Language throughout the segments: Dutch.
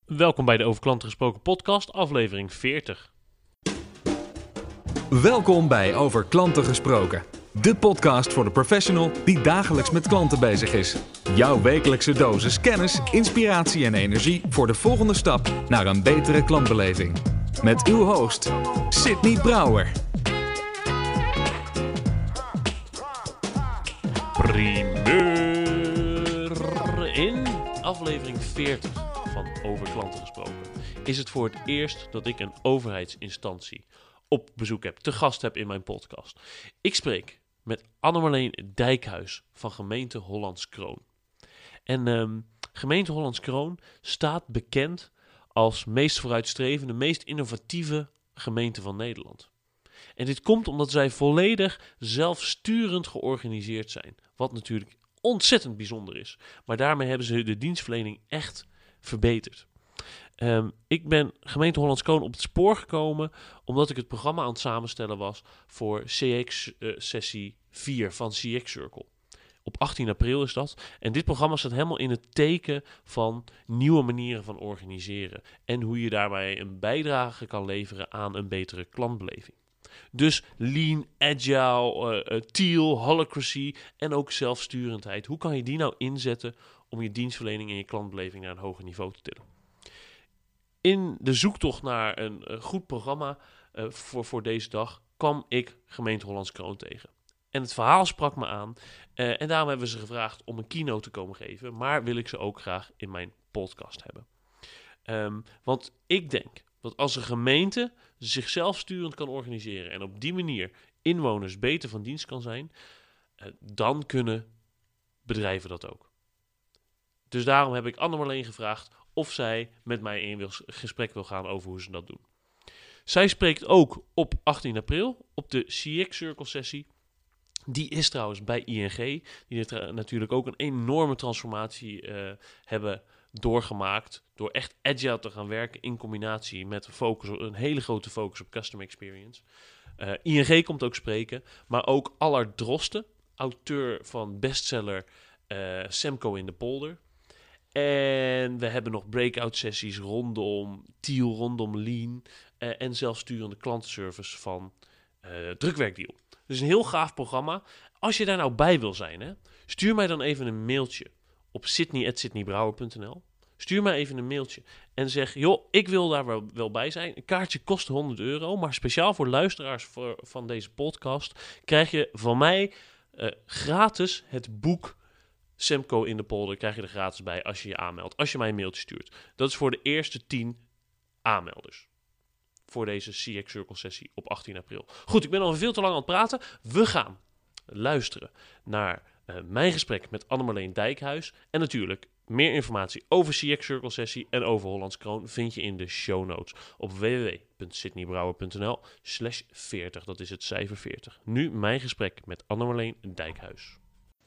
Welkom bij de Over Klanten Gesproken podcast, aflevering 40. Welkom bij Over Klanten Gesproken. De podcast voor de professional die dagelijks met klanten bezig is. Jouw wekelijkse dosis kennis, inspiratie en energie voor de volgende stap naar een betere klantbeleving. Met uw host, Sydney Brouwer. Primeur! In aflevering 40 van Over Klanten Gesproken is het voor het eerst dat ik een overheidsinstantie op bezoek heb, te gast heb in mijn podcast. Ik spreek met Annemarleen Dijkhuis van gemeente Hollands Kroon. En gemeente Hollands Kroon staat bekend als meest vooruitstrevende, meest innovatieve gemeente van Nederland. En dit komt omdat zij volledig zelfsturend georganiseerd zijn. Wat natuurlijk ontzettend bijzonder is. Maar daarmee hebben ze de dienstverlening echt verbeterd. Ik ben gemeente Hollands Kroon op het spoor gekomen omdat ik het programma aan het samenstellen was voor CX sessie 4 van CX Circle. Op 18 april is dat. En dit programma staat helemaal in het teken van nieuwe manieren van organiseren. En hoe je daarbij een bijdrage kan leveren aan een betere klantbeleving. Dus lean, agile, teal, holacracy en ook zelfsturendheid. Hoe kan je die nou inzetten om je dienstverlening en je klantbeleving naar een hoger niveau te tillen? In de zoektocht naar een goed programma voor deze dag kwam ik gemeente Hollands Kroon tegen. En het verhaal sprak me aan. En daarom hebben we ze gevraagd om een keynote te komen geven. Maar wil ik ze ook graag in mijn podcast hebben. Want ik denk dat als een gemeente zichzelf sturend kan organiseren en op die manier inwoners beter van dienst kan zijn, dan kunnen bedrijven dat ook. Dus daarom heb ik Annemarleen gevraagd of zij met mij in gesprek wil gaan over hoe ze dat doen. Zij spreekt ook op 18 april op de CX Circle sessie. Die is trouwens bij ING, die natuurlijk ook een enorme transformatie hebben doorgemaakt. Door echt agile te gaan werken in combinatie met een hele grote focus op customer experience. ING komt ook spreken, maar ook Allard Drosten, auteur van bestseller Semco in de Polder. En we hebben nog breakout sessies rondom Teal, rondom Lean en zelfsturende klantenservice van Drukwerkdeal. Dus een heel gaaf programma. Als je daar nou bij wil zijn, hè, stuur mij dan even een mailtje op sydney@sydneybrouwer.nl. Stuur mij even een mailtje en zeg, joh, ik wil daar wel bij zijn. Een kaartje kost €100, maar speciaal voor luisteraars van deze podcast krijg je van mij gratis het boek Semco in de Polder. Krijg je er gratis bij als je je aanmeldt, als je mij een mailtje stuurt. Dat is voor de eerste 10 aanmelders. Voor deze CX Circle sessie op 18 april. Goed, ik ben al veel te lang aan het praten. We gaan luisteren naar mijn gesprek met Annemarleen Dijkhuis. En natuurlijk, meer informatie over CX Circle sessie en over Hollands Kroon vind je in de show notes op www.sydneybrouwer.nl/40. Dat is het cijfer 40. Nu mijn gesprek met Annemarleen Dijkhuis.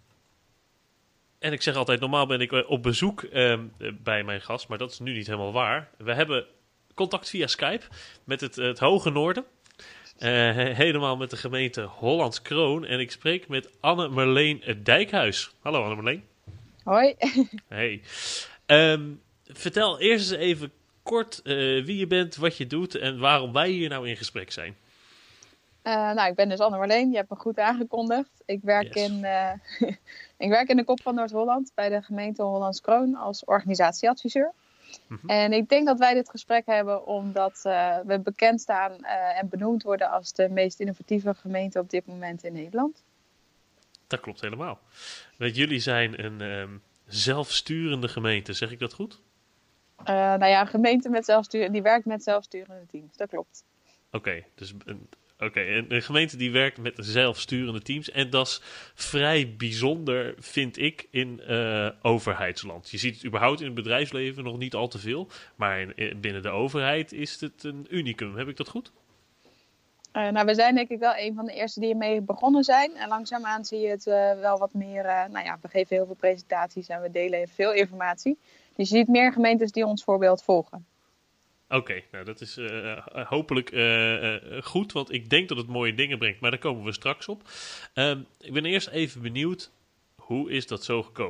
En ik zeg altijd, normaal ben ik op bezoek bij mijn gast, maar dat is nu niet helemaal waar. We hebben contact via Skype met het Hoge Noorden. Helemaal met de gemeente Hollands Kroon. En ik spreek met Annemarleen Dijkhuis. Hallo Annemarleen. Hoi. Hey. Vertel eerst eens even kort wie je bent, wat je doet en waarom wij hier nou in gesprek zijn. Ik ben dus Annemarleen. Je hebt me goed aangekondigd. Ik werk, ik werk in de Kop van Noord-Holland bij de gemeente Hollands Kroon als organisatieadviseur. Mm-hmm. En ik denk dat wij dit gesprek hebben omdat we bekend staan en benoemd worden als de meest innovatieve gemeente op dit moment in Nederland. Dat klopt helemaal. Want jullie zijn een zelfsturende gemeente, zeg ik dat goed? Een gemeente met die werkt met zelfsturende teams, dat klopt. Oké, een gemeente die werkt met zelfsturende teams. En dat is vrij bijzonder, vind ik, in overheidsland. Je ziet het überhaupt in het bedrijfsleven nog niet al te veel. Maar binnen de overheid is het een unicum. Heb ik dat goed? We zijn denk ik wel een van de eerste die ermee begonnen zijn. En langzaamaan zie je het wel wat meer. We geven heel veel presentaties en we delen veel informatie. Dus je ziet meer gemeentes die ons voorbeeld volgen. Oké, nou dat is hopelijk goed, want ik denk dat het mooie dingen brengt. Maar daar komen we straks op. Ik ben eerst even benieuwd, hoe is dat zo gekomen?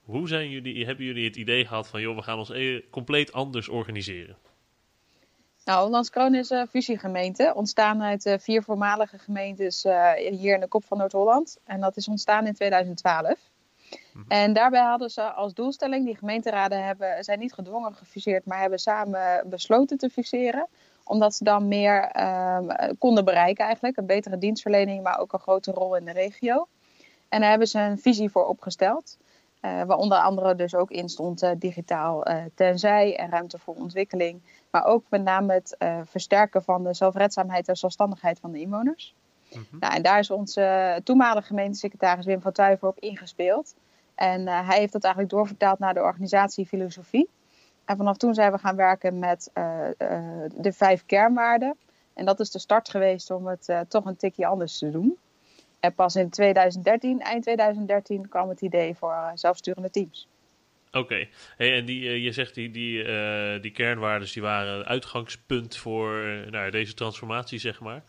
Hoe hebben jullie het idee gehad van, joh, we gaan ons compleet anders organiseren? Nou, Hollands Kroon is een fusiegemeente, ontstaan uit 4 voormalige gemeentes hier in de kop van Noord-Holland. En dat is ontstaan in 2012. En daarbij hadden ze als doelstelling, die gemeenteraden zijn niet gedwongen gefuseerd, maar hebben samen besloten te fuseren. Omdat ze dan meer konden bereiken eigenlijk, een betere dienstverlening, maar ook een grote rol in de regio. En daar hebben ze een visie voor opgesteld. Waar onder andere dus ook in stond digitaal tenzij en ruimte voor ontwikkeling. Maar ook met name het versterken van de zelfredzaamheid en zelfstandigheid van de inwoners. Nou, en daar is onze toenmalige gemeentesecretaris Wim van Tuyver op ingespeeld. En hij heeft dat eigenlijk doorvertaald naar de organisatiefilosofie. En vanaf toen zijn we gaan werken met de 5 kernwaarden. En dat is de start geweest om het toch een tikje anders te doen. En pas in 2013, eind 2013, kwam het idee voor zelfsturende teams. Oké. Hey, en je zegt die kernwaarden die waren uitgangspunt voor deze transformatie, zeg maar.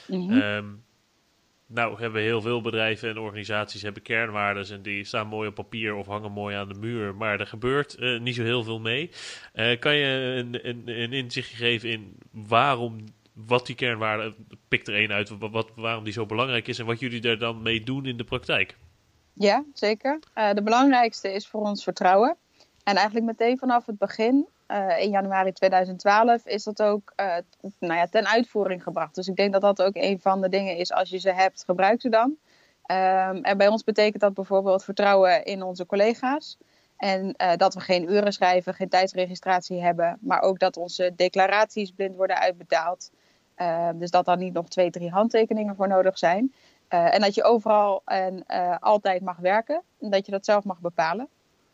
Nou hebben heel veel bedrijven en organisaties hebben kernwaarden en die staan mooi op papier of hangen mooi aan de muur. Maar er gebeurt niet zo heel veel mee. Kan je een inzichtje geven in wat die kernwaarden, pik er één uit, waarom die zo belangrijk is en wat jullie daar dan mee doen in de praktijk? Ja, zeker. De belangrijkste is voor ons vertrouwen. En eigenlijk meteen vanaf het begin, in januari 2012, is dat ook ten uitvoering gebracht. Dus ik denk dat dat ook een van de dingen is, als je ze hebt, gebruik ze dan. En bij ons betekent dat bijvoorbeeld vertrouwen in onze collega's. En dat we geen uren schrijven, geen tijdsregistratie hebben. Maar ook dat onze declaraties blind worden uitbetaald. Dus dat daar niet nog 2, 3 handtekeningen voor nodig zijn. En dat je overal en altijd mag werken. En dat je dat zelf mag bepalen.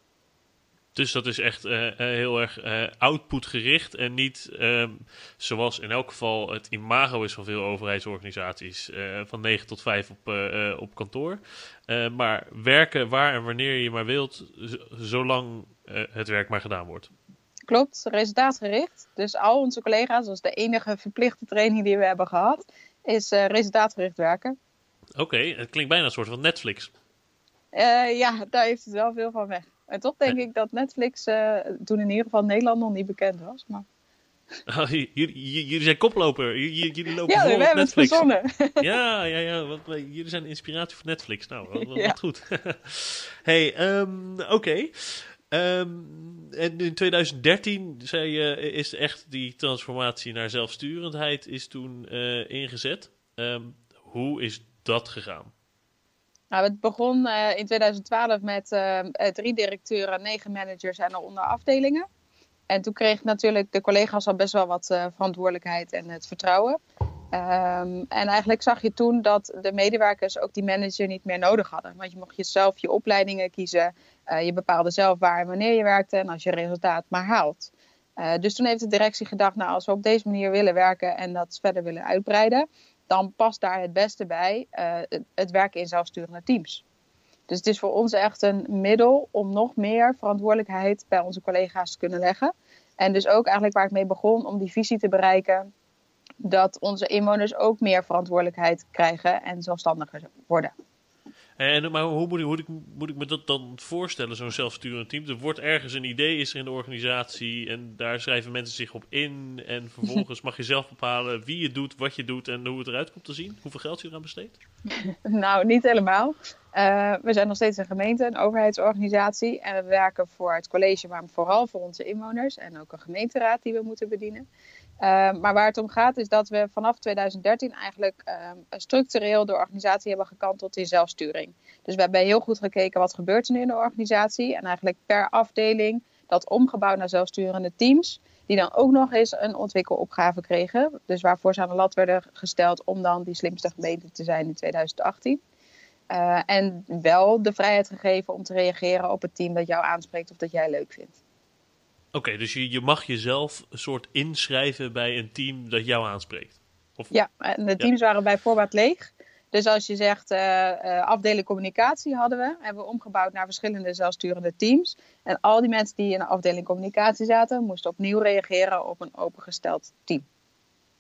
Dus dat is echt heel erg outputgericht en niet zoals in elk geval het imago is van veel overheidsorganisaties van 9 tot 5 op kantoor. Maar werken waar en wanneer je maar wilt, zolang het werk maar gedaan wordt. Klopt, resultaatgericht. Dus al onze collega's, dat is de enige verplichte training die we hebben gehad, is resultaatgericht werken. Oké, het klinkt bijna een soort van Netflix. Ja, daar heeft het wel veel van weg. En toch denk ik dat Netflix toen in ieder geval in Nederland nog niet bekend was. Maar... jullie zijn koploper. Jullie lopen voor op hebben Netflix. Het verzonnen. Ja. Want jullie zijn inspiratie voor Netflix. Nou, wat goed. Hey, oké. En in 2013, zei je, is echt die transformatie naar zelfsturendheid is toen ingezet. Hoe is dat gegaan? Nou, het begon in 2012 met 3 directeuren, 9 managers en onder afdelingen. En toen kreeg natuurlijk de collega's al best wel wat verantwoordelijkheid en het vertrouwen. En eigenlijk zag je toen dat de medewerkers ook die manager niet meer nodig hadden. Want je mocht zelf je opleidingen kiezen. Je bepaalde zelf waar en wanneer je werkte en als je resultaat maar haalt. Dus toen heeft de directie gedacht, nou, als we op deze manier willen werken en dat verder willen uitbreiden, dan past daar het beste bij het werken in zelfsturende teams. Dus het is voor ons echt een middel om nog meer verantwoordelijkheid bij onze collega's te kunnen leggen. En dus ook eigenlijk waar ik mee begon, om die visie te bereiken dat onze inwoners ook meer verantwoordelijkheid krijgen en zelfstandiger worden. Maar hoe moet ik me dat dan voorstellen, zo'n zelfsturend team? Er wordt ergens een idee, is er in de organisatie en daar schrijven mensen zich op in. En vervolgens mag je zelf bepalen wie je doet, wat je doet en hoe het eruit komt te zien. Hoeveel geld je eraan besteedt? Nou, niet helemaal. We zijn nog steeds een gemeente, een overheidsorganisatie. En we werken voor het college, maar vooral voor onze inwoners. En ook een gemeenteraad die we moeten bedienen. Maar waar het om gaat is dat we vanaf 2013 eigenlijk structureel de organisatie hebben gekanteld in zelfsturing. Dus we hebben heel goed gekeken wat gebeurt er nu in de organisatie. En eigenlijk per afdeling dat omgebouwd naar zelfsturende teams. Die dan ook nog eens een ontwikkelopgave kregen. Dus waarvoor ze aan de lat werden gesteld om dan die slimste gemeente te zijn in 2018. En wel de vrijheid gegeven om te reageren op het team dat jou aanspreekt of dat jij leuk vindt. Oké, dus je mag jezelf een soort inschrijven bij een team dat jou aanspreekt? Of... Ja, en de teams waren bij voorbaat leeg. Dus als je zegt afdeling communicatie hebben we omgebouwd naar verschillende zelfsturende teams. En al die mensen die in de afdeling communicatie zaten, moesten opnieuw reageren op een opengesteld team.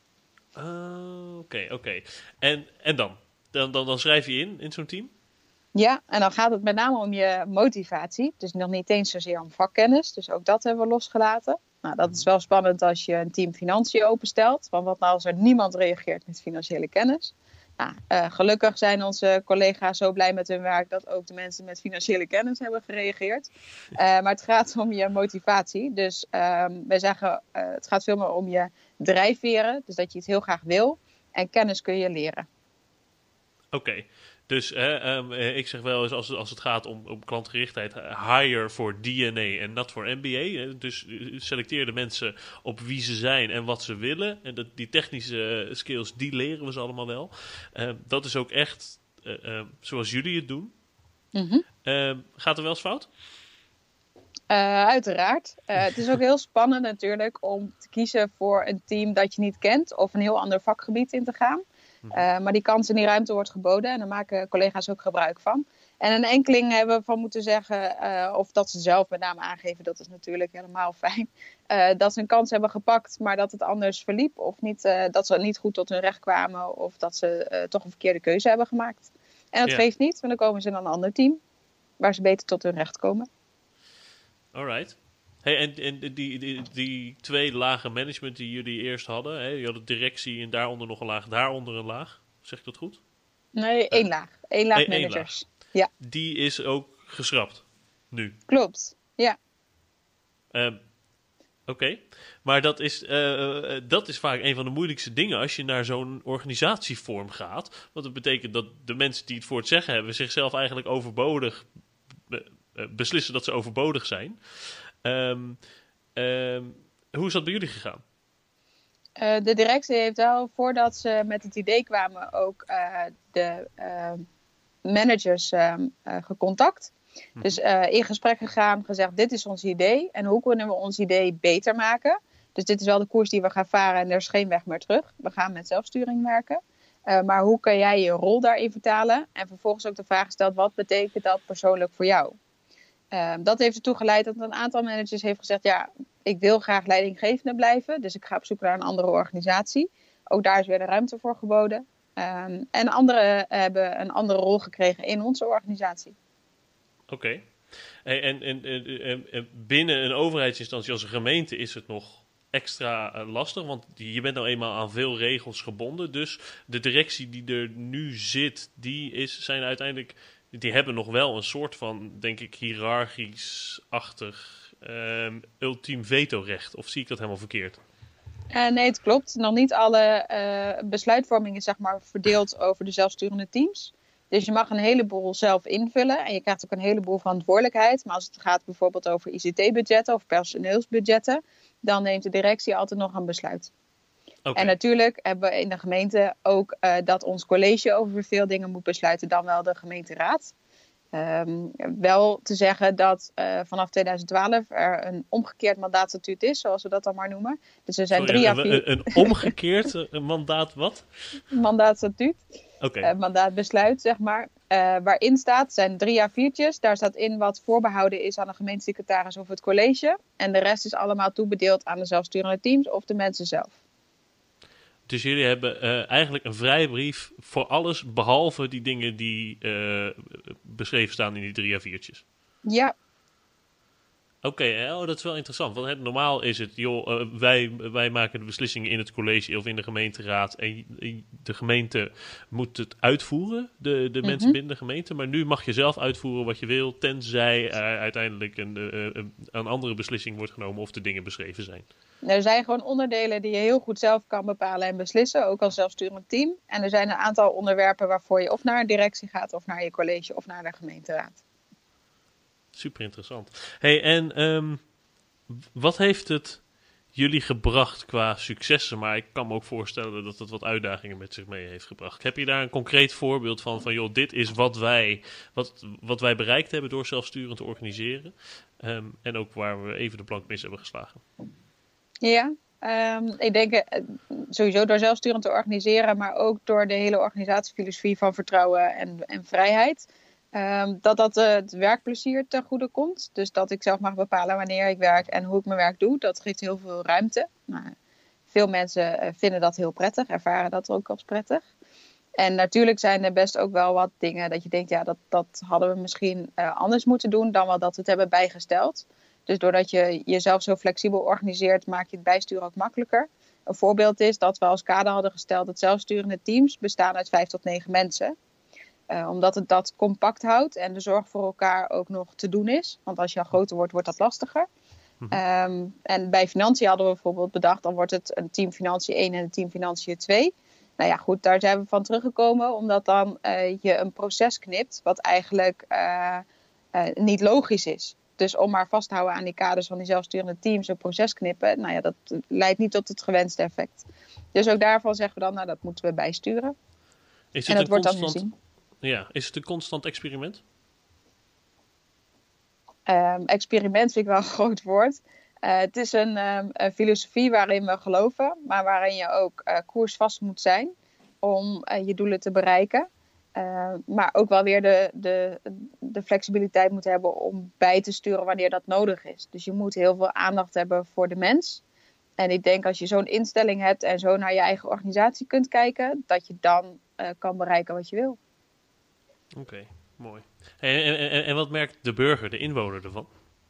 Oké. En dan? Dan schrijf je in zo'n team? Ja, en dan gaat het met name om je motivatie. Dus nog niet eens zozeer om vakkennis. Dus ook dat hebben we losgelaten. Nou, dat is wel spannend als je een team financiën openstelt. Want wat nou als er niemand reageert met financiële kennis? Nou, gelukkig zijn onze collega's zo blij met hun werk dat ook de mensen met financiële kennis hebben gereageerd. Maar het gaat om je motivatie. Dus wij zeggen, het gaat veel meer om je drijfveren. Dus dat je het heel graag wil. En kennis kun je leren. Oké. Dus ik zeg wel eens als het gaat om klantgerichtheid, hire voor DNA en not voor MBA. Dus selecteer de mensen op wie ze zijn en wat ze willen. En die technische skills, die leren we ze allemaal wel. Dat is ook echt zoals jullie het doen. Mm-hmm. Gaat er wel eens fout? Uiteraard. Het is ook heel spannend natuurlijk om te kiezen voor een team dat je niet kent of een heel ander vakgebied in te gaan. Maar die kans en die ruimte wordt geboden en daar maken collega's ook gebruik van. En een enkeling hebben we van moeten zeggen, of dat ze zelf met name aangeven, dat is natuurlijk helemaal fijn. Dat ze een kans hebben gepakt, maar dat het anders verliep. Of niet, dat ze niet goed tot hun recht kwamen of dat ze toch een verkeerde keuze hebben gemaakt. En dat geeft niet, want dan komen ze in een ander team waar ze beter tot hun recht komen. Alright. Hey, en die twee lagen management die jullie eerst hadden, hè? Je had de directie en daaronder nog een laag, daaronder een laag. Zeg ik dat goed? Nee, één laag. Eén laag managers. Laag. Ja. Die is ook geschrapt, nu. Klopt, ja. Oké. Maar dat is vaak een van de moeilijkste dingen als je naar zo'n organisatievorm gaat. Want dat betekent dat de mensen die het voor het zeggen hebben zichzelf eigenlijk overbodig beslissen dat ze overbodig zijn. Hoe is dat bij jullie gegaan? De directie heeft wel, voordat ze met het idee kwamen, ook de managers gecontact. Dus in gesprek gegaan, gezegd, dit is ons idee en hoe kunnen we ons idee beter maken? Dus dit is wel de koers die we gaan varen en er is geen weg meer terug. We gaan met zelfsturing werken. Maar hoe kan jij je rol daarin vertalen? En vervolgens ook de vraag gesteld, wat betekent dat persoonlijk voor jou? Dat heeft ertoe geleid dat een aantal managers heeft gezegd, ja, ik wil graag leidinggevende blijven. Dus ik ga op zoek naar een andere organisatie. Ook daar is weer de ruimte voor geboden. En anderen hebben een andere rol gekregen in onze organisatie. Oké. Hey, en binnen een overheidsinstantie als een gemeente is het nog extra lastig, want je bent nou eenmaal aan veel regels gebonden. Dus de directie die er nu zit, zijn uiteindelijk, die hebben nog wel een soort van, denk ik, hiërarchisch-achtig ultiem vetorecht. Of zie ik dat helemaal verkeerd? Nee, het klopt. Nog niet alle besluitvorming is zeg maar verdeeld over de zelfsturende teams. Dus je mag een heleboel zelf invullen en je krijgt ook een heleboel verantwoordelijkheid. Maar als het gaat bijvoorbeeld over ICT-budgetten of personeelsbudgetten, dan neemt de directie altijd nog een besluit. Okay. En natuurlijk hebben we in de gemeente ook dat ons college over veel dingen moet besluiten dan wel de gemeenteraad. Wel te zeggen dat vanaf 2012 er een omgekeerd mandaatstatuut is, zoals we dat dan maar noemen. Dus er zijn 3 jaar 4... Een omgekeerd mandaat wat? Mandaatstatuut. Okay. Mandaatbesluit, zeg maar. Waarin staat, zijn 3 jaar 4'tjes. Daar staat in wat voorbehouden is aan de gemeentesecretaris of het college. En de rest is allemaal toebedeeld aan de zelfsturende teams of de mensen zelf. Dus jullie hebben eigenlijk een vrijbrief voor alles, behalve die dingen die beschreven staan in die 3 jaar 4'tjes. Ja. Oké, dat is wel interessant. Want normaal is het, joh, wij maken de beslissingen in het college of in de gemeenteraad. En de gemeente moet het uitvoeren, de mensen binnen de gemeente. Maar nu mag je zelf uitvoeren wat je wil, tenzij uiteindelijk een andere beslissing wordt genomen of de dingen beschreven zijn. Er zijn gewoon onderdelen die je heel goed zelf kan bepalen en beslissen, ook als zelfsturend team. En er zijn een aantal onderwerpen waarvoor je of naar een directie gaat, of naar je college, of naar de gemeenteraad. Super interessant. Hey, en wat heeft het jullie gebracht qua successen? Maar ik kan me ook voorstellen dat het wat uitdagingen met zich mee heeft gebracht. Heb je daar een concreet voorbeeld van joh, dit is wat wij bereikt hebben door zelfsturend te organiseren? En ook waar we even de plank mis hebben geslagen. Ja, ik denk sowieso door zelfsturend te organiseren, maar ook door de hele organisatiefilosofie van vertrouwen en vrijheid. Dat het werkplezier ten goede komt. Dus dat ik zelf mag bepalen wanneer ik werk en hoe ik mijn werk doe. Dat geeft heel veel ruimte. Nou, veel mensen vinden dat heel prettig, ervaren dat ook als prettig. En natuurlijk zijn er best ook wel wat dingen dat je denkt, ja, dat hadden we misschien anders moeten doen dan wel dat we het hebben bijgesteld. Dus doordat je jezelf zo flexibel organiseert, maak je het bijsturen ook makkelijker. Een voorbeeld is dat we als kader hadden gesteld dat zelfsturende teams bestaan uit 5 tot 9 mensen. Omdat het dat compact houdt en de zorg voor elkaar ook nog te doen is. Want als je al groter wordt, wordt dat lastiger. En bij financiën hadden we bijvoorbeeld bedacht, dan wordt het een team financiën 1 en een team financiën 2. Nou ja, goed, daar zijn we van teruggekomen, omdat dan je een proces knipt wat eigenlijk niet logisch is. Dus om maar vast te houden aan die kaders van die zelfsturende teams, een proces knippen, nou ja, dat leidt niet tot het gewenste effect. Dus ook daarvan zeggen we dan, nou, dat moeten we bijsturen. En dat wordt dan gezien. Ja, is het een constant experiment? Experiment vind ik wel een groot woord. Het is een filosofie waarin we geloven, maar waarin je ook koersvast moet zijn om je doelen te bereiken. Maar ook wel weer de flexibiliteit moet hebben om bij te sturen wanneer dat nodig is. Dus je moet heel veel aandacht hebben voor de mens. En ik denk als je zo'n instelling hebt en zo naar je eigen organisatie kunt kijken, dat je dan kan bereiken wat je wil. Oké, mooi. En wat merkt de burger, de inwoner ervan?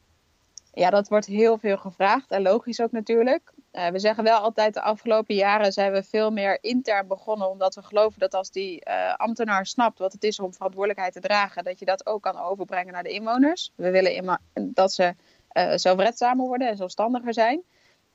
Ja, dat wordt heel veel gevraagd en logisch ook natuurlijk. We zeggen wel altijd, de afgelopen jaren zijn we veel meer intern begonnen, omdat we geloven dat als die ambtenaar snapt wat het is om verantwoordelijkheid te dragen, dat je dat ook kan overbrengen naar de inwoners. We willen dat ze zelfredzamer worden en zelfstandiger zijn.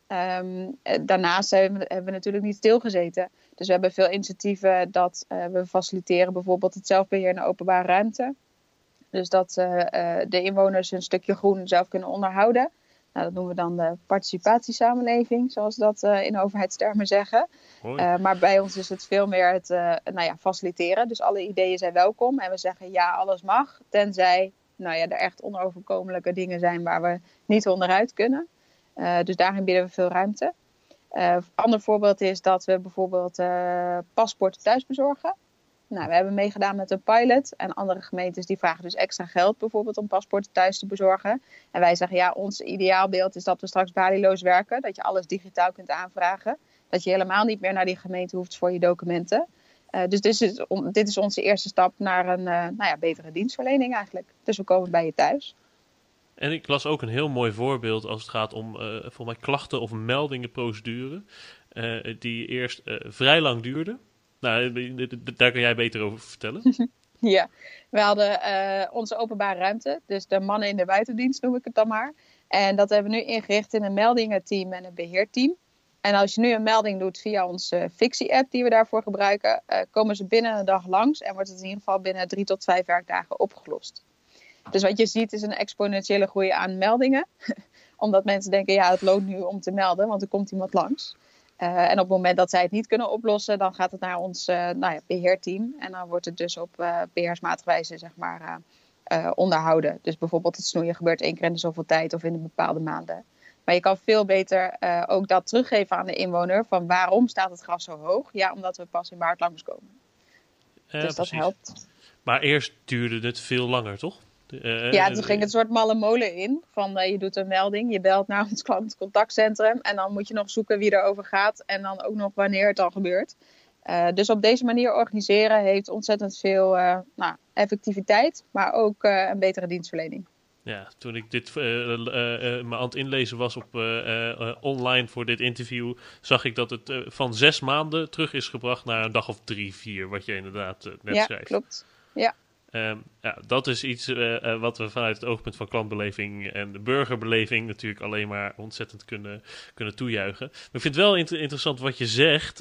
Daarnaast hebben we natuurlijk niet stilgezeten. Dus we hebben veel initiatieven dat we faciliteren bijvoorbeeld het zelfbeheer in de openbare ruimte. Dus dat de inwoners een stukje groen zelf kunnen onderhouden. Nou, dat noemen we dan de participatiesamenleving, zoals dat in overheidstermen zeggen. Maar bij ons is het veel meer het faciliteren. Dus alle ideeën zijn welkom. En we zeggen ja, alles mag. Tenzij er echt onoverkomelijke dingen zijn waar we niet onderuit kunnen. Dus daarin bieden we veel ruimte. Een ander voorbeeld is dat we bijvoorbeeld paspoorten thuis bezorgen. Nou, we hebben meegedaan met een pilot. En andere gemeentes die vragen dus extra geld bijvoorbeeld om paspoorten thuis te bezorgen. En wij zeggen ja, ons ideaalbeeld is dat we straks balieloos werken. Dat je alles digitaal kunt aanvragen. Dat je helemaal niet meer naar die gemeente hoeft voor je documenten. Dus dit is onze eerste stap naar een betere dienstverlening eigenlijk. Dus we komen bij je thuis. En ik las ook een heel mooi voorbeeld als het gaat om volgens mij klachten of meldingenprocedure. Die eerst vrij lang duurde. Nou, daar kan jij beter over vertellen. Ja, we hadden onze openbare ruimte. Dus de mannen in de buitendienst noem ik het dan maar. En dat hebben we nu ingericht in een meldingenteam en een beheerteam. En als je nu een melding doet via onze Fictie-app die we daarvoor gebruiken, komen ze binnen een dag langs en wordt het in ieder geval binnen 3 tot 5 werkdagen opgelost. Dus wat je ziet is een exponentiële groei aan meldingen. Omdat mensen denken, ja, het loont nu om te melden, want er komt iemand langs. En op het moment dat zij het niet kunnen oplossen, dan gaat het naar ons beheerteam. En dan wordt het dus op beheersmatige wijze, zeg maar, onderhouden. Dus bijvoorbeeld het snoeien gebeurt 1 keer in de zoveel tijd of in een bepaalde maanden. Maar je kan veel beter ook dat teruggeven aan de inwoner van waarom staat het gras zo hoog? Ja, omdat we pas in maart langskomen. Dus dat precies. helpt. Maar eerst duurde het veel langer, toch? Toen ging het soort malle molen in. Van je doet een melding, je belt naar ons klantcontactcentrum. En dan moet je nog zoeken wie erover gaat. En dan ook nog wanneer het dan gebeurt. Dus op deze manier organiseren heeft ontzettend veel effectiviteit. Maar ook een betere dienstverlening. Ja, toen ik dit me aan het inlezen was op online voor dit interview, zag ik dat het van 6 maanden terug is gebracht naar een dag of 3, 4, wat je inderdaad net schrijft. Ja, klopt. Ja. Dat is iets wat we vanuit het oogpunt van klantbeleving en de burgerbeleving natuurlijk alleen maar ontzettend kunnen toejuichen. Maar ik vind het wel interessant wat je zegt,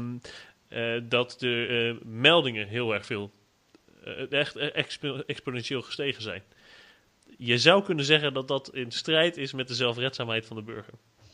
dat de meldingen heel erg veel, echt exponentieel gestegen zijn. Je zou kunnen zeggen dat dat in strijd is met de zelfredzaamheid van de burger.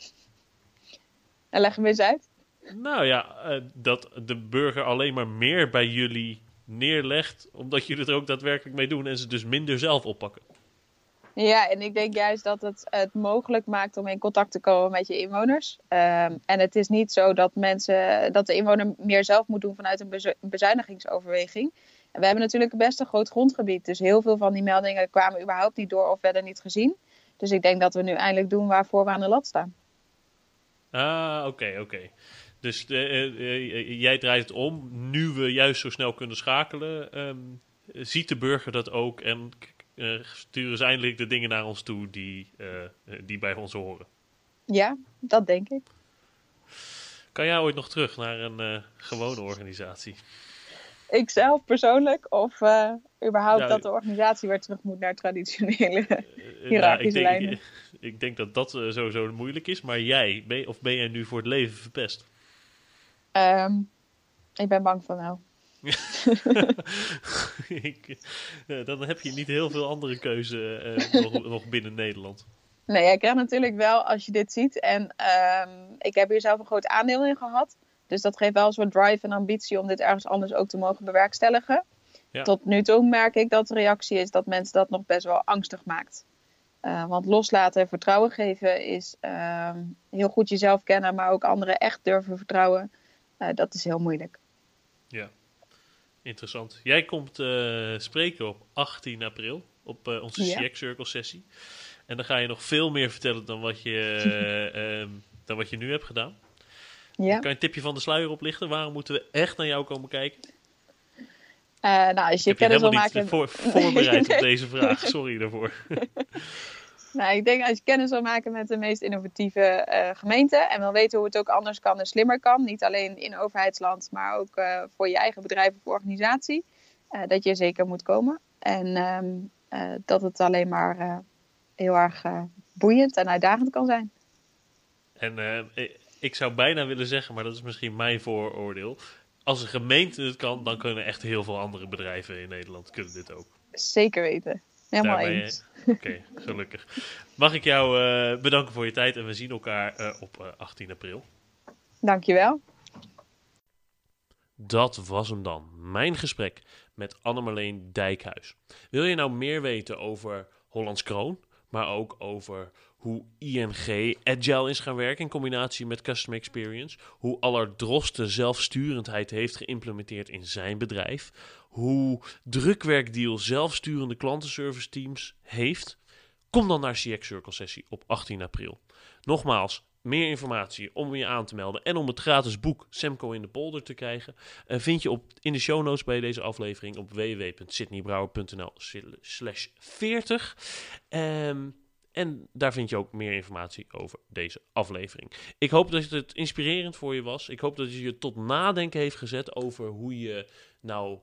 En leg hem eens uit. Nou ja, dat de burger alleen maar meer bij jullie neerlegt, omdat jullie er ook daadwerkelijk mee doen en ze dus minder zelf oppakken. Ja, en ik denk juist dat het mogelijk maakt om in contact te komen met je inwoners. En het is niet zo dat de inwoner meer zelf moet doen vanuit een bezuinigingsoverweging. En we hebben natuurlijk best een groot grondgebied. Dus heel veel van die meldingen kwamen überhaupt niet door of werden niet gezien. Dus ik denk dat we nu eindelijk doen waarvoor we aan de lat staan. Oké. Dus jij draait het om. Nu we juist zo snel kunnen schakelen, ziet de burger dat ook en sturen ze eindelijk de dingen naar ons toe die bij ons horen. Ja, dat denk ik. Kan jij ooit nog terug naar een gewone organisatie? Ik zelf persoonlijk of überhaupt dat de organisatie weer terug moet naar traditionele hiërarchische lijnen? Ik denk dat dat sowieso moeilijk is, maar jij, ben jij nu voor het leven verpest? Ik ben bang van nou. Dan heb je niet heel veel andere keuze nog binnen Nederland. Nee, ik krijg natuurlijk wel als je dit ziet. En ik heb hier zelf een groot aandeel in gehad. Dus dat geeft wel een soort drive en ambitie om dit ergens anders ook te mogen bewerkstelligen. Ja. Tot nu toe merk ik dat de reactie is dat mensen dat nog best wel angstig maakt. Want loslaten en vertrouwen geven is heel goed jezelf kennen, maar ook anderen echt durven vertrouwen. Dat is heel moeilijk. Ja, interessant. Jij komt spreken op 18 april op onze CX Circle sessie. En dan ga je nog veel meer vertellen dan wat je nu hebt gedaan. Ja. Kan je een tipje van de sluier oplichten? Waarom moeten we echt naar jou komen kijken? Als je kennis wil maken... voorbereid op deze vraag. Sorry daarvoor. Ik denk als je kennis wil maken met de meest innovatieve gemeenten en wil weten hoe het ook anders kan en slimmer kan, niet alleen in overheidsland, maar ook voor je eigen bedrijf of organisatie, dat je zeker moet komen. En dat het alleen maar heel erg boeiend en uitdagend kan zijn. En ik zou bijna willen zeggen, maar dat is misschien mijn vooroordeel, als een gemeente het kan, dan kunnen echt heel veel andere bedrijven in Nederland kunnen dit ook. Zeker weten. Helemaal eens. Oké, gelukkig. Mag ik jou bedanken voor je tijd en we zien elkaar op 18 april. Dankjewel. Dat was hem dan. Mijn gesprek met Anne-Marleen Dijkhuis. Wil je nou meer weten over Hollands Kroon, maar ook over hoe ING agile is gaan werken in combinatie met customer experience, hoe Allard Drosten zelfsturendheid heeft geïmplementeerd in zijn bedrijf, hoe Drukwerkdeal zelfsturende klantenservice teams heeft? Kom dan naar CX Circle sessie op 18 april. Nogmaals, meer informatie om je aan te melden en om het gratis boek Semco in de Polder te krijgen, vind je in de show notes bij deze aflevering op www.sydneybrouwer.nl/40. En daar vind je ook meer informatie over deze aflevering. Ik hoop dat het inspirerend voor je was. Ik hoop dat het je tot nadenken heeft gezet over hoe je nou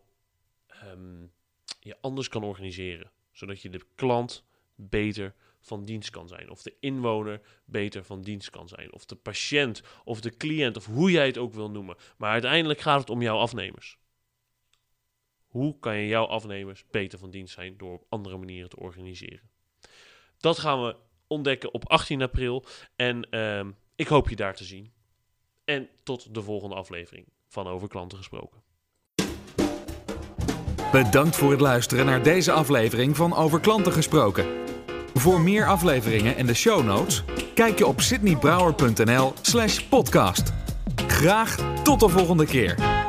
je anders kan organiseren. Zodat je de klant beter van dienst kan zijn. Of de inwoner beter van dienst kan zijn. Of de patiënt of de cliënt of hoe jij het ook wil noemen. Maar uiteindelijk gaat het om jouw afnemers. Hoe kan je jouw afnemers beter van dienst zijn door op andere manieren te organiseren? Dat gaan we ontdekken op 18 april. En ik hoop je daar te zien. En tot de volgende aflevering van Over Klanten Gesproken. Bedankt voor het luisteren naar deze aflevering van Over Klanten Gesproken. Voor meer afleveringen en de show notes, kijk je op sydneybrouwer.nl/podcast. Graag tot de volgende keer.